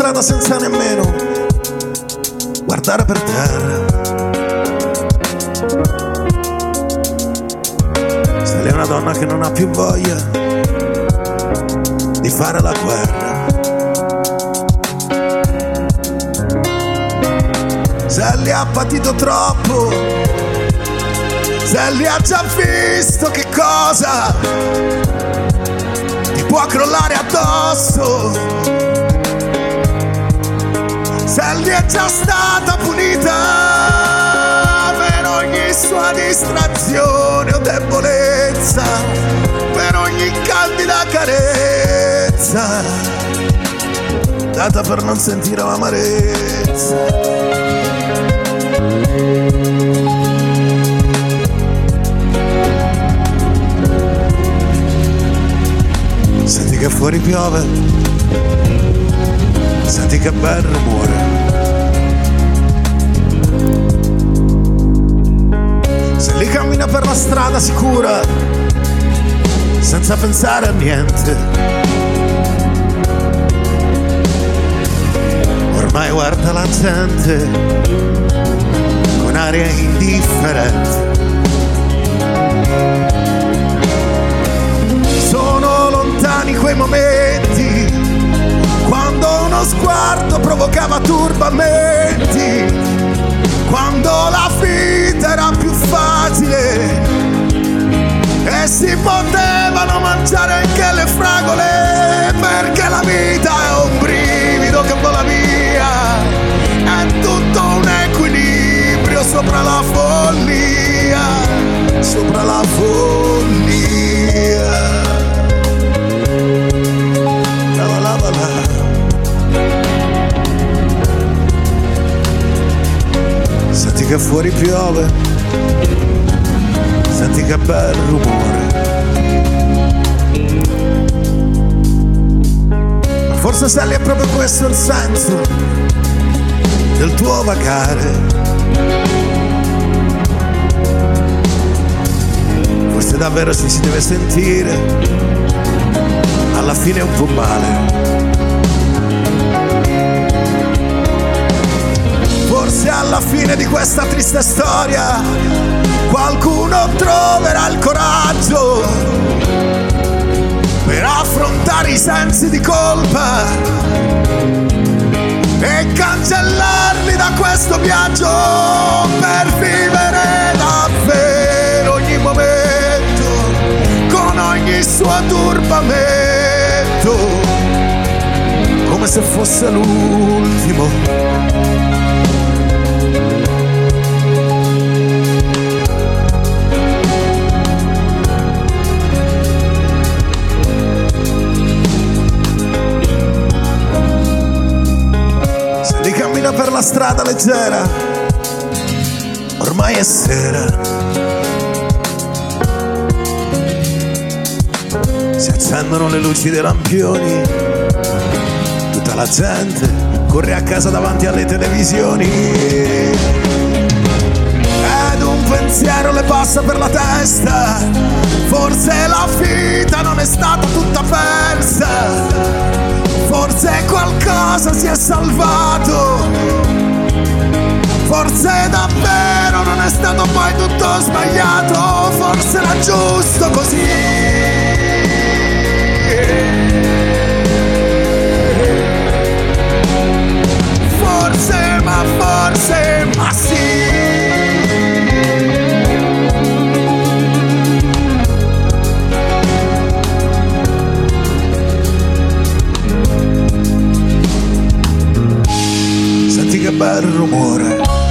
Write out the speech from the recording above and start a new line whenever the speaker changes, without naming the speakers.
strada senza nemmeno guardare per terra. Se lei è una donna che non ha più voglia di fare la guerra, se lei ha patito troppo, se lei ha già visto che cosa ti può crollare addosso, se lei è già stata punita per ogni sua distrazione o debolezza, per ogni candida carezza data per non sentire l'amarezza. Senti che fuori piove, senti che bel rumore, se lì cammina per la strada sicura, senza pensare a niente, ormai guarda la gente con aria indifferente. Sono lontani quei momenti quando uno sguardo provocava turbamenti, quando la vita era più facile e si potevano mangiare anche le fragole, perché la vita è un brivido che vola via, è tutto un equilibrio sopra la follia, sopra la follia. Senti che fuori piove, senti che bel rumore, ma forse Sally è proprio questo il senso del tuo vagare, forse davvero ci si deve sentire alla fine un po' male. Forse alla fine di questa triste storia qualcuno troverà il coraggio per affrontare i sensi di colpa e cancellarli da questo viaggio, per vivere davvero ogni momento con ogni suo turbamento, come se fosse l'ultimo. Per la strada leggera, ormai è sera, si accendono le luci dei lampioni, tutta la gente corre a casa davanti alle televisioni, ed un pensiero le passa per la testa, forse la vita non è stata tutta persa, forse qualcosa si è salvato, forse davvero non è stato poi tutto sbagliato, forse era giusto così. Forse, ma sì. Che bel rumore,